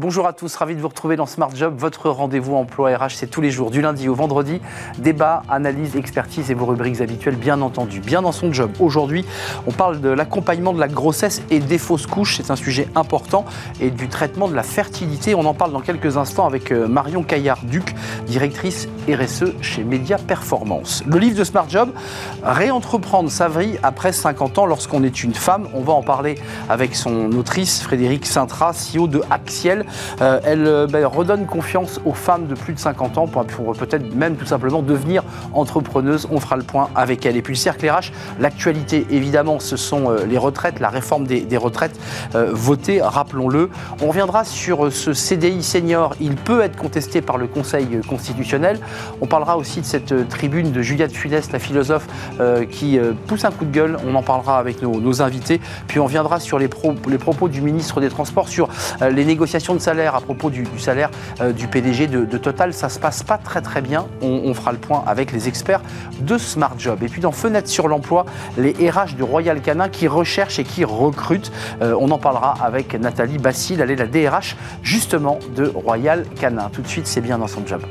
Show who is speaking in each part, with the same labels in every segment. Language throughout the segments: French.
Speaker 1: Bonjour à tous, ravi de vous retrouver dans Smart Job, votre rendez-vous emploi RH, c'est tous les jours, du lundi au vendredi. Débat, analyse, expertise et vos rubriques habituelles, bien entendu. Bien dans son job. Aujourd'hui, on parle de l'accompagnement de la grossesse et des fausses couches. C'est un sujet important et du traitement de la fertilité. On en parle dans quelques instants avec Marion Caillard-Duc, directrice RSE chez Média Performance. Le livre de Smart Job, Réentreprendre sa vie après 50 ans lorsqu'on est une femme. On va en parler avec son autrice, Frédérique Sintra, CEO de Axiel. Elle redonne confiance aux femmes de plus de 50 ans pour peut-être même tout simplement devenir entrepreneuse. On fera le point avec elle. Et puis le cercle RH, l'actualité évidemment, ce sont les retraites, la réforme des retraites votée, rappelons-le. On reviendra sur ce CDI senior. Il peut être contesté par le Conseil constitutionnel. On parlera aussi de cette tribune de Julia de Funès, la philosophe, qui pousse un coup de gueule. On en parlera avec nos invités. Puis on reviendra sur les propos du ministre des Transports sur les négociations de salaire à propos du salaire du PDG de Total. Ça ne se passe pas très bien. On fera le point avec les experts de Smart Job. Et puis dans Fenêtre sur l'emploi, les RH de Royal Canin qui recherchent et qui recrutent. On en parlera avec Nathalie Bassil. Elle est la DRH justement de Royal Canin. Tout de suite, c'est bien dans son job.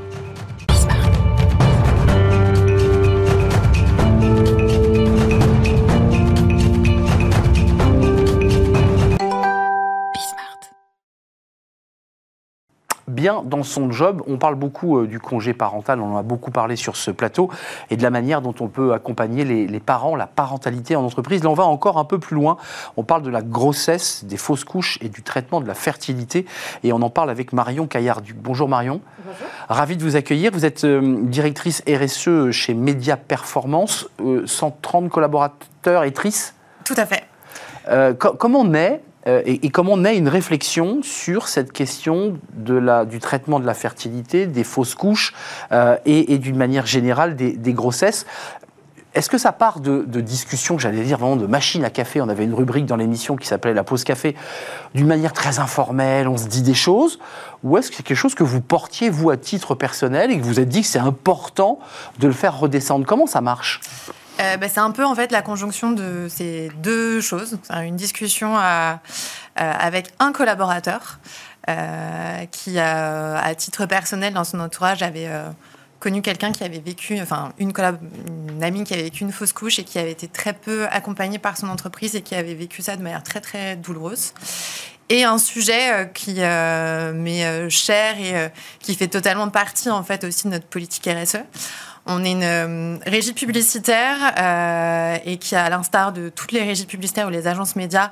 Speaker 1: Bien dans son job, on parle beaucoup du congé parental, on en a beaucoup parlé sur ce plateau, et de la manière dont on peut accompagner les parents, la parentalité en entreprise. Là, on va encore un peu plus loin. On parle de la grossesse, des fausses couches et du traitement de la fertilité. Et on en parle avec Marion Caillard-Duc. Bonjour Marion. Bonjour. Ravi de vous accueillir. Vous êtes directrice RSE chez Média Performance, 130 collaborateurs et trices. Tout à fait. Comment naît et comment naît une réflexion sur cette question du traitement de la fertilité, des fausses couches et d'une manière générale des grossesses? Est-ce que ça part de discussions, j'allais dire vraiment de machine à café? On avait une rubrique dans l'émission qui s'appelait La Pause Café, d'une manière très informelle, on se dit des choses, ou est-ce que c'est quelque chose que vous portiez, vous, à titre personnel, et que vous vous êtes dit que c'est important de le faire redescendre? Comment ça marche?
Speaker 2: C'est un peu en fait la conjonction de ces deux choses. C'est une discussion avec un collaborateur qui, à titre personnel, dans son entourage, avait connu quelqu'un qui avait vécu, une amie qui avait vécu une fausse couche et qui avait été très peu accompagnée par son entreprise et qui avait vécu ça de manière très très douloureuse. Et un sujet qui m'est cher et qui fait totalement partie en fait aussi de notre politique RSE. On est une régie publicitaire et qui, à l'instar de toutes les régies publicitaires ou les agences médias,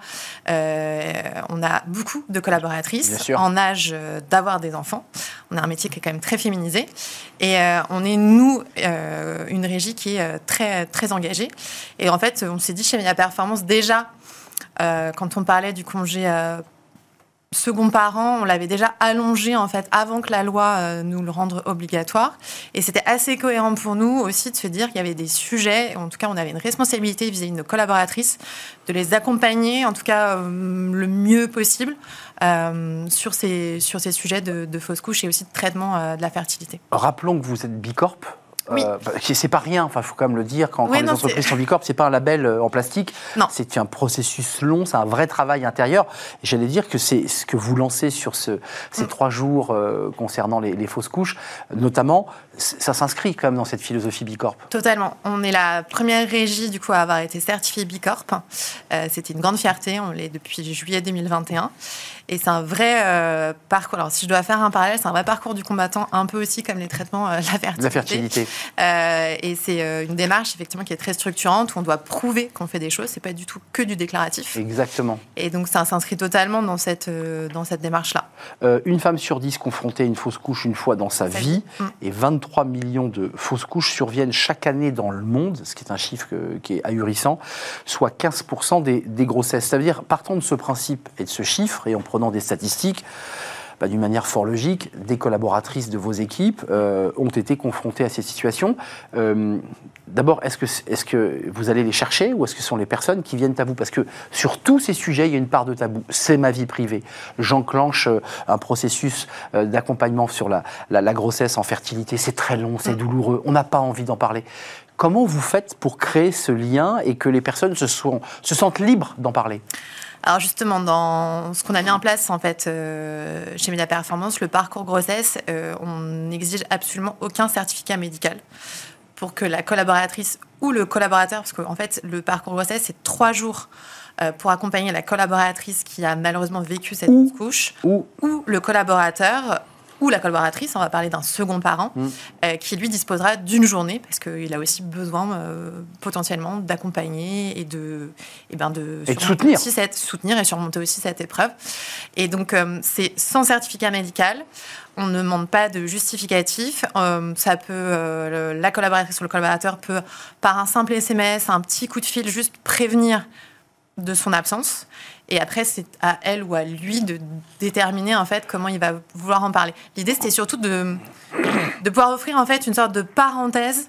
Speaker 2: on a beaucoup de collaboratrices en âge d'avoir des enfants. On a un métier qui est quand même très féminisé. Et on est, nous, une régie qui est très, très engagée. Et en fait, on s'est dit chez Média Performance, déjà, quand on parlait du congé second parent, on l'avait déjà allongé en fait avant que la loi nous le rende obligatoire. Et c'était assez cohérent pour nous aussi de se dire qu'il y avait des sujets, en tout cas on avait une responsabilité vis-à-vis de nos collaboratrices, de les accompagner en tout cas le mieux possible sur ces sujets de fausses couches et aussi de traitement de la fertilité.
Speaker 1: Rappelons que vous êtes Bicorp.
Speaker 2: Oui.
Speaker 1: C'est pas rien, il faut quand même le dire, quand les entreprises sont Bicorp, c'est pas un label en plastique, c'est un processus long, c'est un vrai travail intérieur. Et j'allais dire que c'est ce que vous lancez sur ces 3 jours concernant les fausses couches, notamment, ça s'inscrit quand même dans cette philosophie Bicorp.
Speaker 2: Totalement. On est la première régie du coup à avoir été certifiée Bicorp. C'était une grande fierté, on l'est depuis juillet 2021. Et c'est un vrai parcours. Alors, si je dois faire un parallèle, c'est un vrai parcours du combattant, un peu aussi comme les traitements de la fertilité. Et c'est une démarche, effectivement, qui est très structurante, où on doit prouver qu'on fait des choses. C'est pas du tout que du déclaratif.
Speaker 1: Exactement.
Speaker 2: Et donc, ça s'inscrit totalement dans cette démarche-là.
Speaker 1: Une femme sur 10 confrontée à une fausse couche une fois dans sa vie, et 23 millions de fausses couches surviennent chaque année dans le monde, ce qui est un chiffre qui est ahurissant, soit 15% des grossesses. Ça veut dire, partant de ce principe et de ce chiffre, et en prenant des statistiques, d'une manière fort logique, des collaboratrices de vos équipes ont été confrontées à ces situations. D'abord, est-ce que vous allez les chercher ou est-ce que ce sont les personnes qui viennent à vous? Parce que sur tous ces sujets, il y a une part de tabou. C'est ma vie privée. J'enclenche un processus d'accompagnement sur la grossesse en fertilité. C'est très long, c'est douloureux. On n'a pas envie d'en parler. Comment vous faites pour créer ce lien et que les personnes se sentent libres d'en parler?
Speaker 2: Alors justement, dans ce qu'on a mis en place en fait chez Média Performance, le parcours grossesse, on n'exige absolument aucun certificat médical pour que la collaboratrice ou le collaborateur, parce qu'en fait le parcours grossesse c'est 3 jours pour accompagner la collaboratrice qui a malheureusement vécu cette couche, ou le collaborateur ou la collaboratrice, on va parler d'un second parent, qui lui disposera d'une journée, parce qu'il a aussi besoin potentiellement d'accompagner et de soutenir et surmonter aussi cette épreuve. Et donc, c'est sans certificat médical, on ne demande pas de justificatif. Ça peut, la collaboratrice ou le collaborateur peut, par un simple SMS, un petit coup de fil, juste prévenir de son absence. Et après, c'est à elle ou à lui de déterminer en fait comment il va vouloir en parler. L'idée, c'était surtout de pouvoir offrir en fait une sorte de parenthèse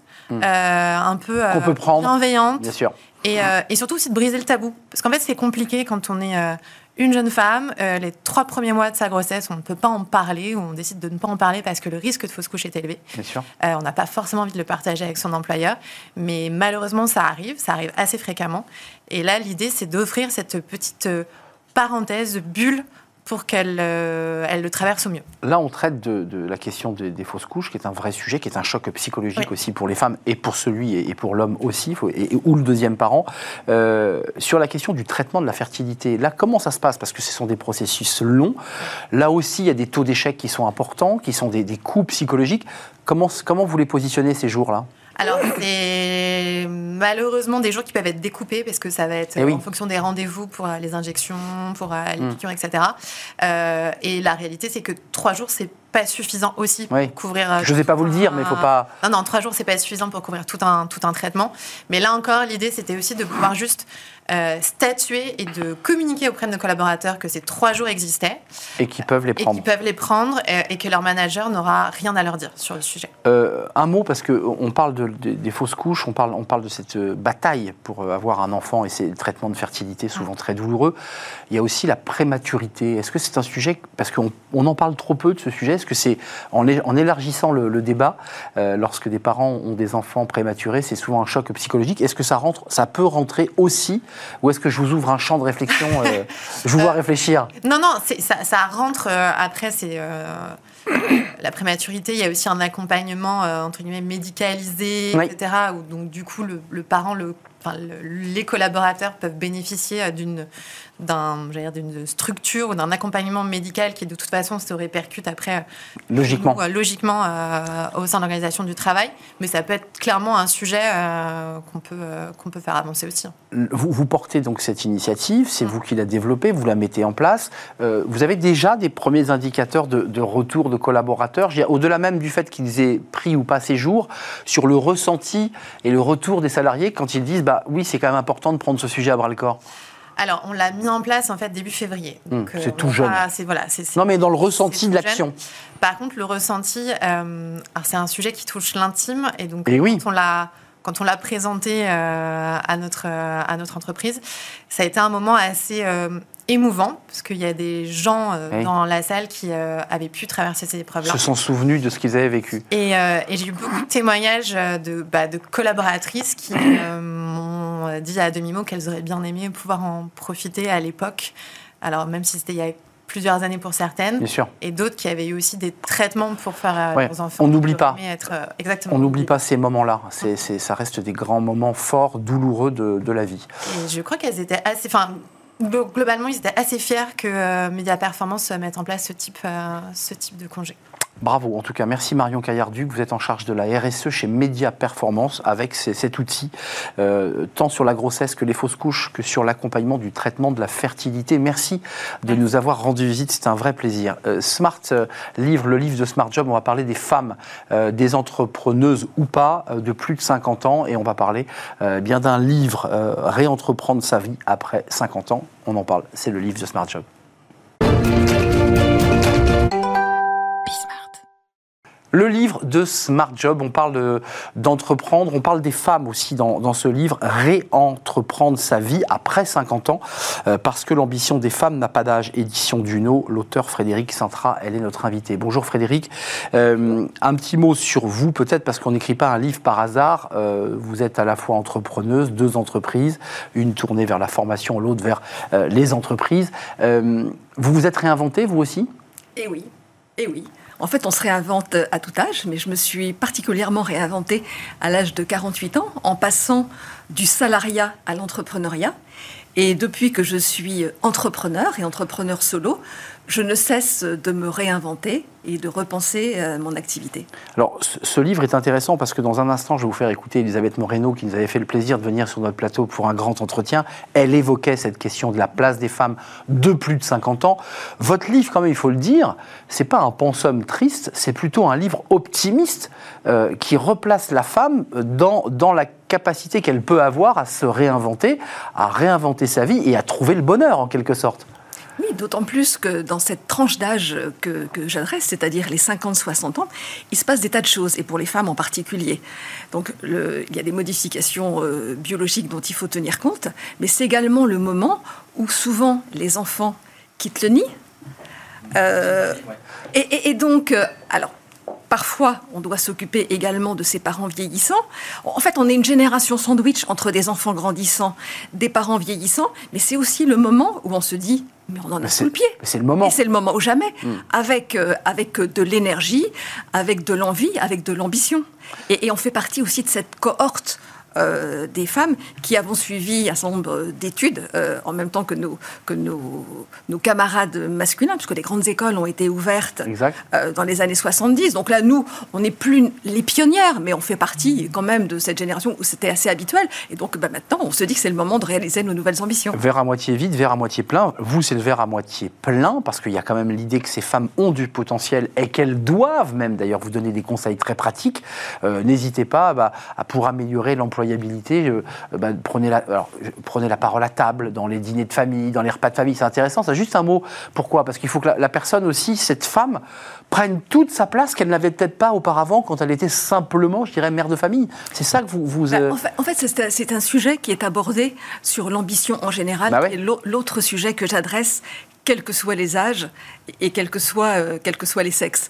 Speaker 2: un peu
Speaker 1: qu'on peut prendre,
Speaker 2: bienveillante,
Speaker 1: bien sûr.
Speaker 2: Et surtout aussi de briser le tabou. Parce qu'en fait, c'est compliqué quand on est une jeune femme, les 3 premiers mois de sa grossesse, on ne peut pas en parler, ou on décide de ne pas en parler parce que le risque de fausse couche est élevé.
Speaker 1: Bien sûr.
Speaker 2: On n'a pas forcément envie de le partager avec son employeur, mais malheureusement, ça arrive assez fréquemment. Et là, l'idée, c'est d'offrir cette petite parenthèse, bulle, pour qu'elle le traverse au mieux.
Speaker 1: Là, on traite de la question des fausses couches, qui est un vrai sujet, qui est un choc psychologique aussi pour les femmes et pour celui et pour l'homme aussi, ou le deuxième parent. Sur la question du traitement de la fertilité, là, comment ça se passe? Parce que ce sont des processus longs. Là aussi, il y a des taux d'échec qui sont importants, qui sont des coûts psychologiques. Comment vous les positionnez ces jours-là?
Speaker 2: Alors, c'est malheureusement des jours qui peuvent être découpés parce que ça va être en fonction des rendez-vous pour les injections, pour les piqûres, etc. Et la réalité, c'est que 3 jours, c'est pas suffisant aussi pour couvrir...
Speaker 1: Je n'osais pas vous le dire, mais il ne faut pas...
Speaker 2: Non, 3 jours, c'est pas suffisant pour couvrir tout un traitement. Mais là encore, l'idée, c'était aussi de pouvoir juste statuer et de communiquer auprès de nos collaborateurs que ces 3 jours existaient.
Speaker 1: Et qu'ils peuvent les prendre.
Speaker 2: Et que leur manager n'aura rien à leur dire sur le sujet.
Speaker 1: Un mot, parce qu'on parle des fausses couches, on parle de cette bataille pour avoir un enfant et ces traitements de fertilité souvent très douloureux. Il y a aussi la prématurité. Est-ce que c'est un sujet, parce qu'on en parle trop peu de ce sujet, est-ce que c'est, en élargissant le débat, lorsque des parents ont des enfants prématurés, c'est souvent un choc psychologique. Est-ce que ça peut rentrer aussi, ou est-ce que je vous ouvre un champ de réflexion je vous vois réfléchir.
Speaker 2: Non, ça rentre. Après, c'est la prématurité. Il y a aussi un accompagnement entre guillemets médicalisé, etc. Où donc du coup le parent, les collaborateurs peuvent bénéficier d'une structure ou d'un accompagnement médical qui de toute façon se répercute après logiquement au sein de l'organisation du travail, mais ça peut être clairement un sujet qu'on peut faire avancer aussi.
Speaker 1: Vous portez donc cette initiative, c'est vous qui la développez, vous la mettez en place. Vous avez déjà des premiers indicateurs de retour de collaborateurs, au-delà même du fait qu'ils aient pris ou pas ces jours, sur le ressenti et le retour des salariés quand ils disent oui, c'est quand même important de prendre ce sujet à bras-le-corps.
Speaker 2: Alors, on l'a mis en place en fait début février. Donc,
Speaker 1: c'est tout jeune.
Speaker 2: Non,
Speaker 1: mais dans le ressenti de l'action.
Speaker 2: Jeune. Par contre, le ressenti, c'est un sujet qui touche l'intime, et donc quand on l'a présenté à notre entreprise, ça a été un moment assez émouvant, parce qu'il y a des gens dans la salle qui avaient pu traverser ces épreuves-là.
Speaker 1: Se sont souvenus de ce qu'ils avaient vécu.
Speaker 2: Et j'ai eu beaucoup de témoignages de collaboratrices qui m'ont dit à demi-mot qu'elles auraient bien aimé pouvoir en profiter à l'époque. Alors, même si c'était il y a plusieurs années pour certaines,
Speaker 1: bien sûr.
Speaker 2: Et d'autres qui avaient eu aussi des traitements pour faire leurs enfants.
Speaker 1: On n'oublie pas.
Speaker 2: Exactement.
Speaker 1: On n'oublie pas ces moments-là. Ça reste des grands moments forts, douloureux de la vie.
Speaker 2: Et je crois qu'elles étaient assez... Globalement, ils étaient assez fiers que Média Performance mette en place ce type de congé.
Speaker 1: Bravo, en tout cas, merci Marion Caillarduc. Vous êtes en charge de la RSE chez Média Performance avec cet outil, tant sur la grossesse que les fausses couches, que sur l'accompagnement du traitement de la fertilité. Merci de nous avoir rendu visite, c'est un vrai plaisir. Le livre de Smart Job, on va parler des femmes, des entrepreneuses ou pas, de plus de 50 ans, et on va parler bien d'un livre, Réentreprendre sa vie après 50 ans. On en parle, c'est le livre de Smart Job. Le livre de Smart Job, on parle d'entreprendre, on parle des femmes aussi dans ce livre, réentreprendre sa vie après 50 ans, parce que l'ambition des femmes n'a pas d'âge, édition Duno, l'auteur Frédérique Sintra, elle est notre invitée. Bonjour Frédérique, un petit mot sur vous peut-être, parce qu'on n'écrit pas un livre par hasard, vous êtes à la fois entrepreneuse, 2 entreprises, une tournée vers la formation, l'autre vers les entreprises. Vous vous êtes réinventée vous aussi ?
Speaker 3: Eh oui, eh oui. En fait, on se réinvente à tout âge, mais je me suis particulièrement réinventée à l'âge de 48 ans, en passant du salariat à l'entrepreneuriat. Et depuis que je suis entrepreneur et entrepreneur solo, je ne cesse de me réinventer et de repenser mon activité.
Speaker 1: Alors, ce livre est intéressant parce que dans un instant, je vais vous faire écouter Elisabeth Moreno, qui nous avait fait le plaisir de venir sur notre plateau pour un grand entretien. Elle évoquait cette question de la place des femmes de plus de 50 ans. Votre livre, quand même, il faut le dire, c'est pas un pensum triste, c'est plutôt un livre optimiste qui replace la femme dans la capacité qu'elle peut avoir à se réinventer, à réinventer sa vie et à trouver le bonheur, en quelque sorte.
Speaker 3: Oui, d'autant plus que dans cette tranche d'âge que j'adresse, c'est-à-dire les 50-60 ans, il se passe des tas de choses, et pour les femmes en particulier. Donc, il y a des modifications biologiques dont il faut tenir compte, mais c'est également le moment où souvent les enfants quittent le nid. Et donc, alors, parfois, on doit s'occuper également de ses parents vieillissants. En fait, on est une génération sandwich entre des enfants grandissants, des parents vieillissants, mais c'est aussi le moment où on se dit mais on en a sous le pied.
Speaker 1: C'est le moment.
Speaker 3: Et c'est le moment ou jamais, avec de l'énergie, avec de l'envie, avec de l'ambition. Et on fait partie aussi de cette cohorte des femmes qui avons suivi un certain nombre d'études en même temps que nos camarades masculins, puisque les grandes écoles ont été ouvertes dans les années 70. Donc là, nous, on n'est plus les pionnières, mais on fait partie quand même de cette génération où c'était assez habituel. Et donc maintenant, on se dit que c'est le moment de réaliser nos nouvelles ambitions.
Speaker 1: Verre à moitié vide, verre à moitié plein. Vous, c'est le verre à moitié plein, parce qu'il y a quand même l'idée que ces femmes ont du potentiel et qu'elles doivent même d'ailleurs vous donner des conseils très pratiques. N'hésitez pas pour améliorer l'emploi prenez la parole à table, dans les dîners de famille, dans les repas de famille, c'est intéressant. C'est juste un mot. Pourquoi ? Parce qu'il faut que la personne aussi, cette femme, prenne toute sa place qu'elle n'avait peut-être pas auparavant quand elle était simplement, je dirais, mère de famille. C'est ça que vous...
Speaker 3: En fait, c'est un sujet qui est abordé sur l'ambition en général, et l'autre sujet que j'adresse, quels que soient les âges et quels que soient les sexes.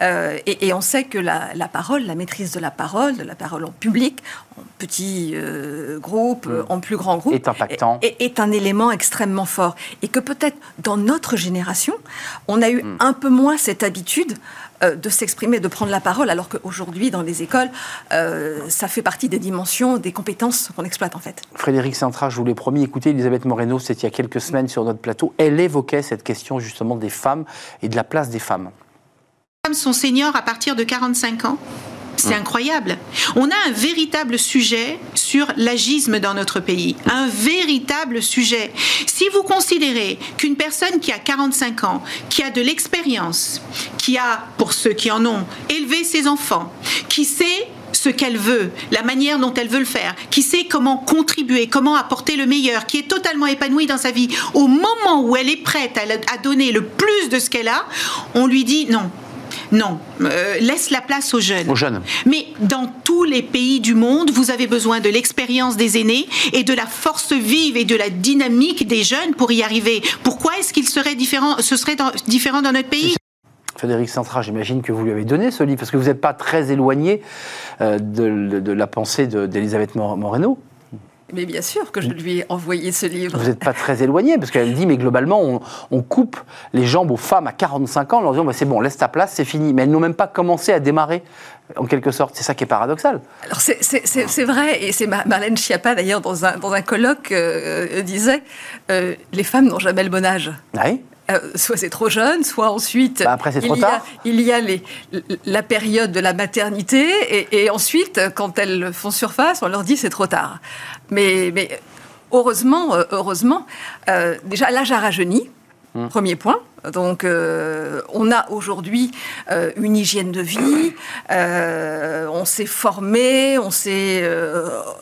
Speaker 3: Et on sait que la parole, la maîtrise de la parole en public, en petit groupe, en plus grand groupe,
Speaker 1: est impactant.
Speaker 3: Est un élément extrêmement fort. Et que peut-être dans notre génération, on a eu un peu moins cette habitude de s'exprimer, de prendre la parole, alors qu'aujourd'hui, dans les écoles, ça fait partie des dimensions, des compétences qu'on exploite en fait.
Speaker 1: Frédérique Sintra, je vous l'ai promis, écoutez, Elisabeth Moreno, c'était il y a quelques semaines sur notre plateau, elle évoquait cette question justement des femmes et de la place des femmes.
Speaker 4: Les femmes sont seniors à partir de 45 ans. C'est incroyable. On a un véritable sujet sur l'agisme dans notre pays. Un véritable sujet. Si vous considérez qu'une personne qui a 45 ans, qui a de l'expérience, qui a, pour ceux qui en ont, élevé ses enfants, qui sait ce qu'elle veut, la manière dont elle veut le faire, qui sait comment contribuer, comment apporter le meilleur, qui est totalement épanouie dans sa vie, au moment où elle est prête à donner le plus de ce qu'elle a, on lui dit non. Non, laisse la place aux jeunes.
Speaker 1: Aux jeunes.
Speaker 4: Mais dans tous les pays du monde, vous avez besoin de l'expérience des aînés et de la force vive et de la dynamique des jeunes pour y arriver. Pourquoi est-ce qu'il serait différent, différent dans notre pays ?
Speaker 1: Frédérique Sintra, j'imagine que vous lui avez donné ce livre, parce que vous n'êtes pas très éloigné de la pensée d'Elisabeth Moreno.
Speaker 3: Mais bien sûr que je lui ai envoyé ce livre.
Speaker 1: Vous n'êtes pas très éloigné, parce qu'elle dit, mais globalement, on coupe les jambes aux femmes à 45 ans, en leur disant, c'est bon, laisse ta place, c'est fini. Mais elles n'ont même pas commencé à démarrer, en quelque sorte. C'est ça qui est paradoxal.
Speaker 3: Alors c'est vrai, et c'est Marlène Schiappa, d'ailleurs, dans un colloque, disait, les femmes n'ont jamais le bon âge.
Speaker 1: Ah oui.
Speaker 3: Soit c'est trop jeune, soit ensuite
Speaker 1: après c'est trop tard.
Speaker 3: Il y a la période de la maternité et ensuite quand elles font surface on leur dit c'est trop tard. Mais heureusement, déjà l'âge a rajeuni. Premier point. Donc, on a aujourd'hui une hygiène de vie, on s'est formé, on s'est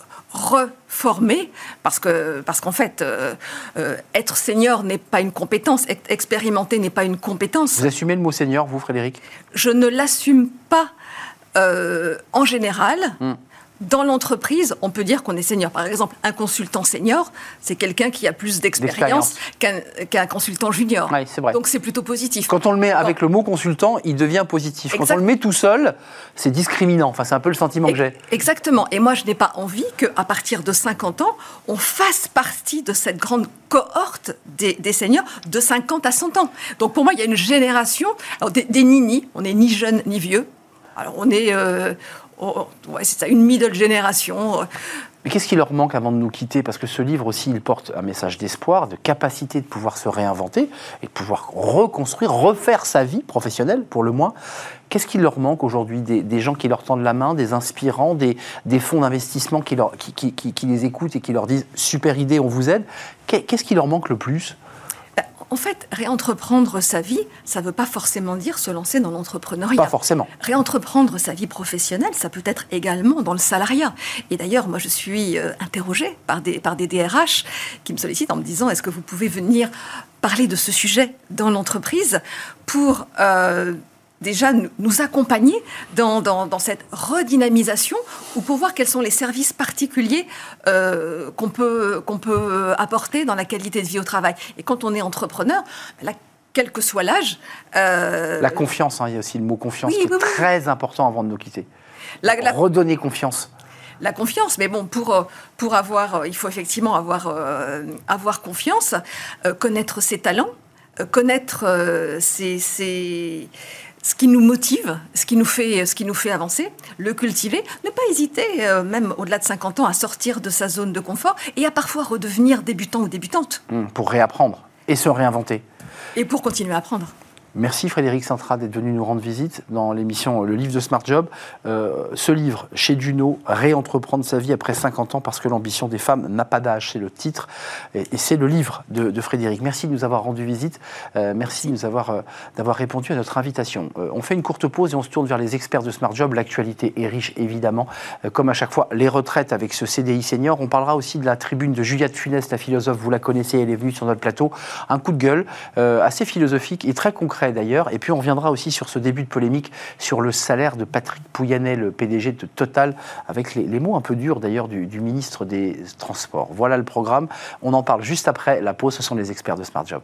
Speaker 3: reformer, parce qu'en fait, être senior n'est pas une compétence, expérimenter n'est pas une compétence.
Speaker 1: Vous assumez le mot senior, vous, Frédéric ?
Speaker 3: Je ne l'assume pas en général. Dans l'entreprise, on peut dire qu'on est senior. Par exemple, un consultant senior, c'est quelqu'un qui a plus d'expérience qu'un consultant junior.
Speaker 1: Oui, c'est vrai.
Speaker 3: Donc c'est plutôt positif.
Speaker 1: Quand on le met avec le mot consultant, il devient positif. Quand on le met tout seul, c'est discriminant. Enfin, c'est un peu le sentiment que j'ai.
Speaker 3: Exactement. Et moi, je n'ai pas envie qu'à partir de 50 ans, on fasse partie de cette grande cohorte des seniors de 50 à 100 ans. Donc pour moi, il y a une génération, alors des ninis, on n'est ni jeunes ni vieux. Alors on est... c'est ça, une middle génération.
Speaker 1: Mais qu'est-ce qui leur manque avant de nous quitter ? Parce que ce livre aussi, il porte un message d'espoir, de capacité de pouvoir se réinventer et de pouvoir reconstruire, refaire sa vie professionnelle, pour le moins. Qu'est-ce qui leur manque aujourd'hui ? Des gens qui leur tendent la main, des inspirants, des fonds d'investissement qui les écoutent et qui leur disent « super idée, on vous aide ». Qu'est-ce qui leur manque le plus ?
Speaker 3: En fait, réentreprendre sa vie, ça ne veut pas forcément dire se lancer dans l'entrepreneuriat.
Speaker 1: Pas forcément.
Speaker 3: Réentreprendre sa vie professionnelle, ça peut être également dans le salariat. Et d'ailleurs, moi, je suis interrogée par des DRH qui me sollicitent en me disant « Est-ce que vous pouvez venir parler de ce sujet dans l'entreprise pour... déjà nous accompagner dans cette redynamisation ou pour voir quels sont les services particuliers qu'on peut apporter dans la qualité de vie au travail. Et quand on est entrepreneur, là, quel que soit l'âge...
Speaker 1: La confiance, il y a aussi le mot confiance qui est très important avant de nous quitter. Redonner confiance.
Speaker 3: La confiance, mais bon, pour avoir... il faut effectivement avoir confiance, connaître ses talents, connaître ce qui nous motive, ce qui nous fait avancer, le cultiver, ne pas hésiter, même au-delà de 50 ans, à sortir de sa zone de confort et à parfois redevenir débutant ou débutante.
Speaker 1: Pour réapprendre et se réinventer.
Speaker 3: Et pour continuer à apprendre.
Speaker 1: Merci Frédéric Sintra d'être venu nous rendre visite dans l'émission Le Livre de Smart Job. Ce livre, chez Duno, Réentreprendre sa vie après 50 ans parce que l'ambition des femmes n'a pas d'âge, c'est le titre. Et c'est le livre de Frédéric. Merci de nous avoir rendu visite. Merci de nous d'avoir répondu à notre invitation. On fait une courte pause et on se tourne vers les experts de Smart Job. L'actualité est riche, évidemment. Comme à chaque fois, les retraites avec ce CDI senior. On parlera aussi de la tribune de Julia de Funès, la philosophe. Vous la connaissez, elle est venue sur notre plateau. Un coup de gueule assez philosophique et très concret d'ailleurs, et puis on reviendra aussi sur ce début de polémique sur le salaire de Patrick Pouyanné, le PDG de Total, avec les mots un peu durs d'ailleurs du ministre des Transports. Voilà le programme, on en parle juste après la pause, ce sont les experts de Smart Job.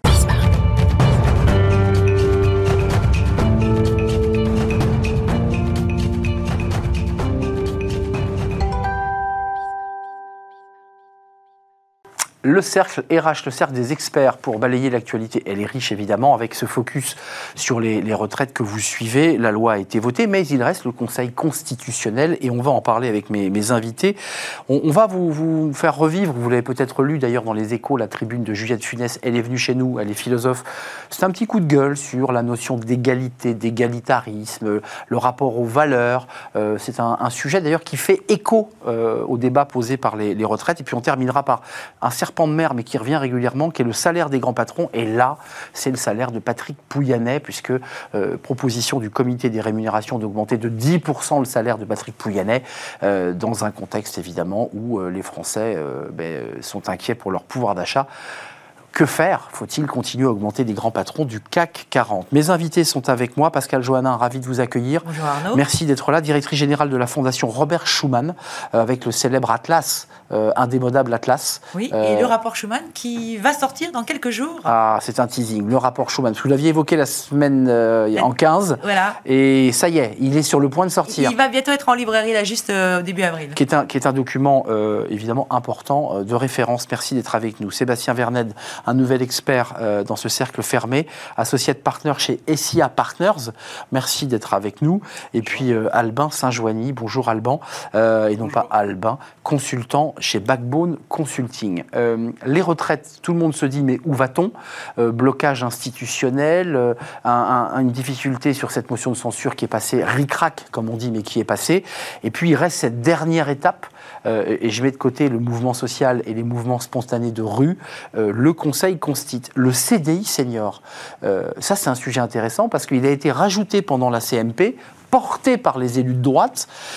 Speaker 1: Le cercle RH, le cercle des experts pour balayer l'actualité, elle est riche évidemment avec ce focus sur les retraites que vous suivez. La loi a été votée, mais il reste le Conseil constitutionnel et on va en parler avec mes invités. On va vous faire revivre, vous l'avez peut-être lu d'ailleurs dans les Échos, la tribune de Julia de Funès, elle est venue chez nous, elle est philosophe. C'est un petit coup de gueule sur la notion d'égalité, d'égalitarisme, le rapport aux valeurs. C'est un sujet d'ailleurs qui fait écho au débat posé par les retraites. Et puis on terminera par un serpent de mer, mais qui revient régulièrement, qui est le salaire des grands patrons. Et là, c'est le salaire de Patrick Pouyanné, puisque proposition du comité des rémunérations d'augmenter de 10% le salaire de Patrick Pouyanné, dans un contexte évidemment où les Français sont inquiets pour leur pouvoir d'achat. Que faire ? Faut-il continuer à augmenter les grands patrons du CAC 40 ? Mes invités sont avec moi. Pascal Johannin, ravi de vous accueillir.
Speaker 5: Bonjour Arnaud.
Speaker 1: Merci d'être là, directrice générale de la Fondation Robert Schuman, avec le célèbre Atlas, indémodable Atlas.
Speaker 5: Oui, et le rapport Schuman qui va sortir dans quelques jours.
Speaker 1: Ah, c'est un teasing, le rapport Schuman. Vous l'aviez évoqué la semaine en 15.
Speaker 5: Voilà.
Speaker 1: Et ça y est, il est sur le point de sortir.
Speaker 5: Il va bientôt être en librairie, là, juste début avril.
Speaker 1: Qui est un document évidemment important, de référence. Merci d'être avec nous. Sébastien Verned, un nouvel expert dans ce cercle fermé, associé de partner chez SIA Partners. Merci d'être avec nous. Et puis Albin Saint-Joigny, bonjour Alban, et non pas Albin, consultant chez Backbone Consulting. Les retraites, tout le monde se dit mais où va-t-on ? Blocage institutionnel, une difficulté sur cette motion de censure qui est passée ric-rac, comme on dit, mais qui est passée. Et puis il reste cette dernière étape, et je mets de côté le mouvement social et les mouvements spontanés de rue, le Conseil constitue le CDI senior. Ça, c'est un sujet intéressant parce qu'il a été rajouté pendant la CMP, porté par les élus de droite.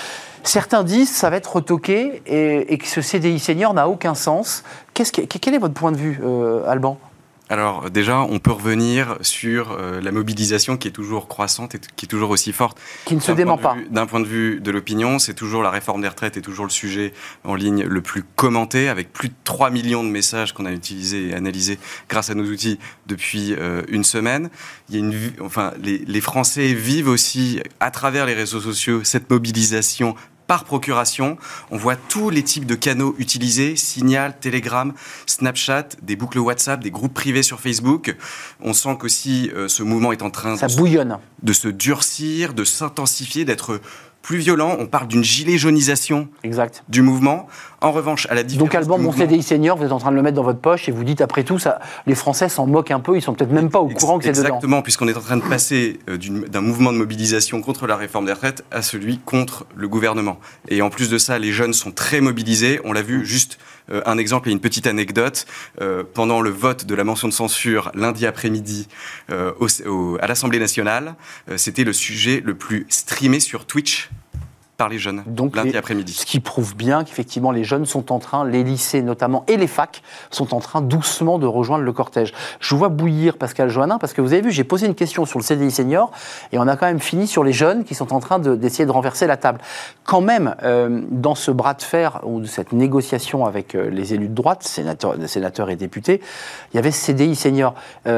Speaker 1: Certains disent que ça va être retoqué et que ce CDI senior n'a aucun sens. Quel est votre point de vue, Alban ?
Speaker 6: Alors déjà, on peut revenir sur la mobilisation qui est toujours croissante et qui est toujours aussi forte.
Speaker 1: Qui ne se dément pas.
Speaker 6: D'un point de vue de l'opinion, c'est toujours la réforme des retraites est toujours le sujet en ligne le plus commenté, avec plus de 3 millions de messages qu'on a utilisés et analysés grâce à nos outils depuis une semaine. Il y a les Français vivent aussi, à travers les réseaux sociaux, cette mobilisation par procuration. On voit tous les types de canaux utilisés, Signal, Telegram, Snapchat, des boucles WhatsApp, des groupes privés sur Facebook. On sent qu'aussi ce mouvement est en train de se durcir, de s'intensifier, d'être plus violent. On parle d'une gilet jaunisation du mouvement. En revanche, à la différence
Speaker 1: donc Alban, mon CDI senior, vous êtes en train de le mettre dans votre poche et vous dites après tout, ça, les Français s'en moquent un peu, ils sont peut-être même pas au courant que c'est dedans.
Speaker 6: Exactement, puisqu'on est en train de passer d'un mouvement de mobilisation contre la réforme des retraites à celui contre le gouvernement. Et en plus de ça, les jeunes sont très mobilisés. On l'a vu, juste un exemple et une petite anecdote. Pendant le vote de la motion de censure lundi après-midi à l'Assemblée nationale, c'était le sujet le plus streamé sur Twitch par les jeunes,
Speaker 1: donc
Speaker 6: lundi après-midi.
Speaker 1: Ce qui prouve bien qu'effectivement les jeunes sont en train, les lycées notamment et les facs, sont en train doucement de rejoindre le cortège. Je vous vois bouillir, Pascal Joannin, parce que vous avez vu, j'ai posé une question sur le CDI senior et on a quand même fini sur les jeunes qui sont en train d'essayer de renverser la table. Quand même, dans ce bras de fer ou de cette négociation avec les élus de droite, sénateurs et députés, il y avait ce CDI senior.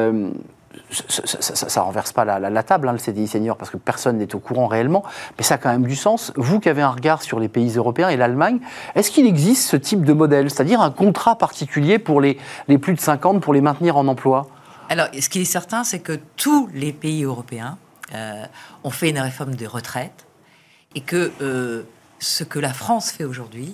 Speaker 1: Ça renverse pas la table, le CDI senior, parce que personne n'est au courant réellement, mais ça a quand même du sens. Vous qui avez un regard sur les pays européens et l'Allemagne, est-ce qu'il existe ce type de modèle, c'est-à-dire un contrat particulier pour les plus de 50 pour les maintenir en emploi ?
Speaker 5: Alors, ce qui est certain, c'est que tous les pays européens ont fait une réforme des retraites et que ce que la France fait aujourd'hui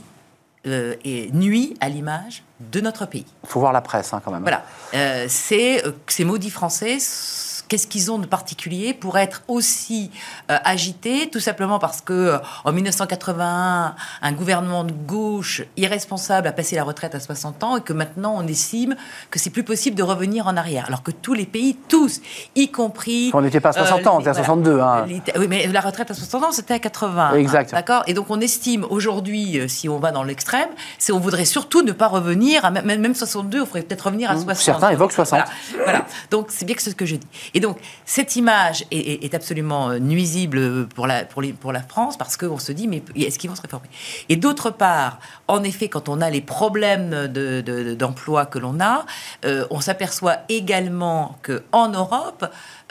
Speaker 5: nuit à l'image de notre pays.
Speaker 1: Il faut voir la presse, quand même.
Speaker 5: Voilà. Ces maudits Français, qu'est-ce qu'ils ont de particulier pour être aussi agités, tout simplement parce que en 1981, un gouvernement de gauche irresponsable a passé la retraite à 60 ans et que maintenant on estime que c'est plus possible de revenir en arrière, alors que tous les pays, tous, y compris...
Speaker 1: On n'était pas à 60 ans, on était à 62. Hein.
Speaker 5: Oui, mais la retraite à 60 ans, c'était à 80.
Speaker 1: Exact.
Speaker 5: Hein, d'accord. Et donc on estime aujourd'hui, si on va dans l'extrême, on voudrait surtout ne pas revenir, même 62, on ferait peut-être revenir à 60.
Speaker 1: Certains évoquent 60.
Speaker 5: Voilà. Donc c'est bien que c'est ce que je dis. Et donc cette image est absolument nuisible pour la France, parce qu'on se dit, mais est-ce qu'ils vont se réformer ? Et d'autre part, en effet, quand on a les problèmes d'emploi que l'on a, on s'aperçoit également qu'en Europe,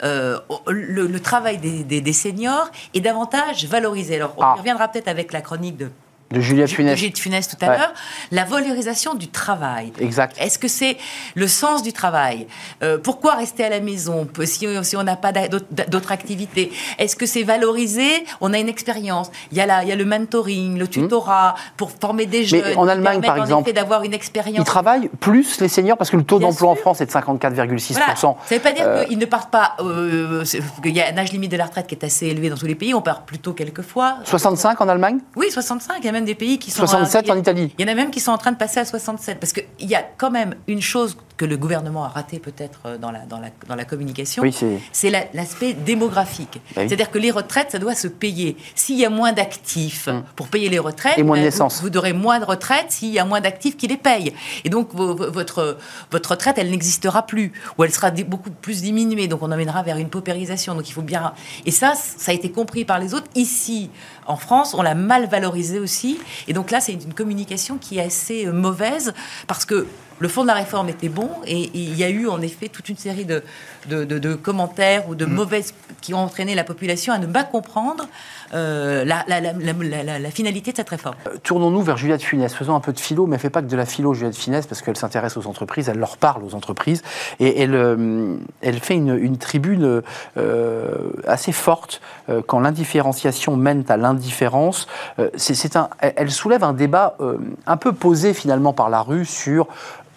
Speaker 5: le travail des seniors est davantage valorisé. Alors on y reviendra peut-être avec la chronique de
Speaker 1: Juliette
Speaker 5: Funès tout à l'heure, la valorisation du travail.
Speaker 1: Exact.
Speaker 5: Est-ce que c'est le sens du travail ? Pourquoi rester à la maison si on n'a pas d'autres activités ? Est-ce que c'est valorisé ? On a une expérience. Il y a le mentoring, le tutorat pour former des jeunes.
Speaker 1: Mais en Allemagne, par exemple,
Speaker 5: d'avoir une expérience.
Speaker 1: Ils travaillent plus les seniors parce que le taux d'emploi en France est de 54,6%.
Speaker 5: Voilà. Ça ne veut pas dire qu'ils ne partent pas. Il y a un âge limite de la retraite qui est assez élevé dans tous les pays. On part plutôt quelquefois. 65
Speaker 1: en Allemagne ?
Speaker 5: Oui, 65. Il y a même des pays qui sont
Speaker 1: 67 en Italie.
Speaker 5: Il y en a même qui sont en train de passer à 67, parce qu'il y a quand même une chose que le gouvernement a ratée peut-être dans la communication,
Speaker 1: oui,
Speaker 5: c'est l'aspect démographique. Oui. C'est-à-dire que les retraites, ça doit se payer. S'il y a moins d'actifs pour payer les retraites,
Speaker 1: et moins de naissances.
Speaker 5: Vous aurez moins de retraites s'il y a moins d'actifs qui les payent. Et donc votre retraite, elle n'existera plus, ou elle sera beaucoup plus diminuée. Donc on emmènera vers une paupérisation. Donc il faut bien... Et ça a été compris par les autres. Ici, en France, on l'a mal valorisé aussi. Et donc là, c'est une communication qui est assez mauvaise, parce que le fond de la réforme était bon, et il y a eu en effet toute une série de commentaires ou de mauvaises qui ont entraîné la population à ne pas comprendre la finalité de cette réforme.
Speaker 1: Tournons-nous vers Juliette Funès. Faisons un peu de philo, mais elle ne fait pas que de la philo, Juliette Funès, parce qu'elle s'intéresse aux entreprises, elle leur parle aux entreprises, et elle fait une tribune assez forte quand l'indifférenciation mène à l'indifférence. Elle soulève un débat un peu posé finalement par la rue sur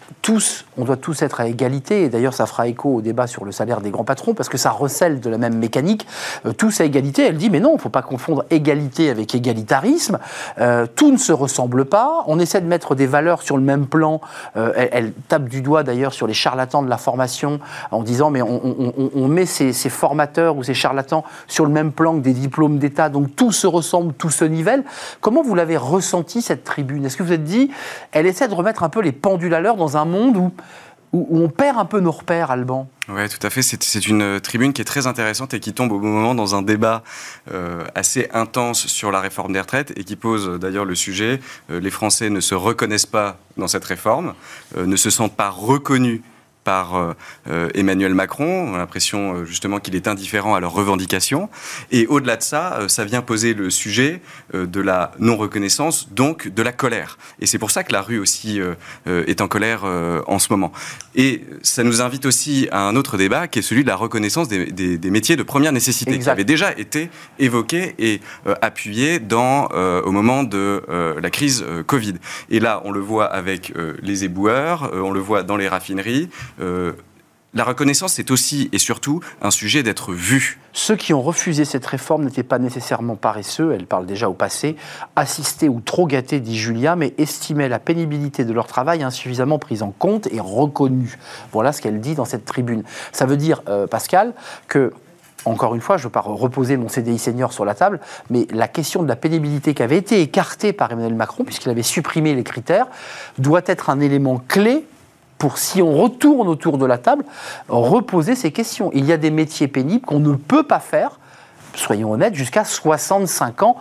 Speaker 1: on doit tous être à égalité, et d'ailleurs ça fera écho au débat sur le salaire des grands patrons, parce que ça recèle de la même mécanique, tous à égalité. Elle dit mais non, il ne faut pas confondre égalité avec égalitarisme, tout ne se ressemble pas, on essaie de mettre des valeurs sur le même plan, elle tape du doigt d'ailleurs sur les charlatans de la formation, en disant mais on met ces formateurs ou ces charlatans sur le même plan que des diplômes d'État, donc tout se ressemble, tout se nivelle. Comment vous l'avez ressenti cette tribune? Est-ce que vous vous êtes dit, elle essaie de remettre un peu les pendules à l'heure dans un monde où on perd un peu nos repères, Alban?
Speaker 6: Oui, tout à fait. C'est une tribune qui est très intéressante et qui tombe au bon moment dans un débat assez intense sur la réforme des retraites et qui pose d'ailleurs le sujet. Les Français ne se reconnaissent pas dans cette réforme, ne se sentent pas reconnus par Emmanuel Macron. On a l'impression justement qu'il est indifférent à leurs revendications. Et au-delà de ça, ça vient poser le sujet de la non-reconnaissance, donc de la colère. Et c'est pour ça que la rue aussi est en colère en ce moment. Et ça nous invite aussi à un autre débat qui est celui de la reconnaissance des métiers de première nécessité,
Speaker 1: exact,
Speaker 6: qui avait déjà été évoqué et appuyé au moment de la crise Covid. Et là, on le voit avec les éboueurs, on le voit dans les raffineries. La reconnaissance, c'est aussi et surtout un sujet d'être vu.
Speaker 1: Ceux qui ont refusé cette réforme n'étaient pas nécessairement paresseux, elle parle déjà au passé, assistés ou trop gâtés, dit Julia, mais estimaient la pénibilité de leur travail insuffisamment prise en compte et reconnue. Voilà ce qu'elle dit dans cette tribune. Ça veut dire, Pascal, que encore une fois, je ne veux pas reposer mon CDI senior sur la table, mais la question de la pénibilité qui avait été écartée par Emmanuel Macron, puisqu'il avait supprimé les critères, doit être un élément clé pour, si on retourne autour de la table, reposer ces questions. Il y a des métiers pénibles qu'on ne peut pas faire, soyons honnêtes, jusqu'à 65 ans,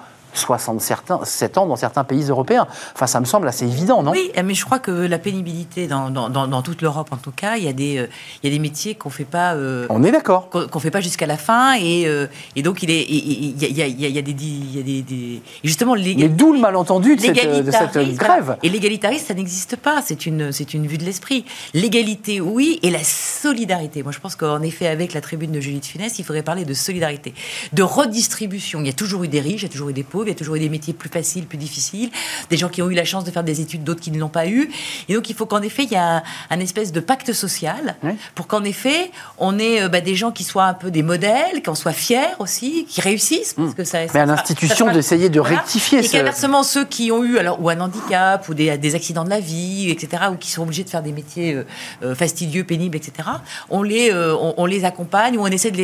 Speaker 1: 67 ans dans certains pays européens. Enfin, ça me semble assez évident, non?
Speaker 5: Oui, mais je crois que la pénibilité, dans toute l'Europe en tout cas, il y a des métiers qu'on ne fait pas...
Speaker 1: on est d'accord.
Speaker 5: Qu'on fait pas jusqu'à la fin, et donc il y a des... Justement,
Speaker 1: mais d'où le malentendu de cette grève.
Speaker 5: Et l'égalitarisme, ça n'existe pas, c'est une vue de l'esprit. L'égalité, oui, et la solidarité. Moi, je pense qu'en effet, avec la tribune de Julie de Funès, il faudrait parler de solidarité, de redistribution. Il y a toujours eu des riches, il y a toujours eu des pauvres, il y a toujours eu des métiers plus faciles, plus difficiles, des gens qui ont eu la chance de faire des études, d'autres qui ne l'ont pas eu. Et donc, il faut qu'en effet, il y ait un espèce de pacte social, oui, pour qu'en effet, on ait des gens qui soient un peu des modèles, qu'on soit fiers aussi, qui réussissent. Parce que
Speaker 1: mais à l'institution d'essayer de rectifier
Speaker 5: et qu'inversement, ceux qui ont eu ou un handicap, ou des accidents de la vie, etc., ou qui sont obligés de faire des métiers fastidieux, pénibles, etc., on les accompagne, ou on essaie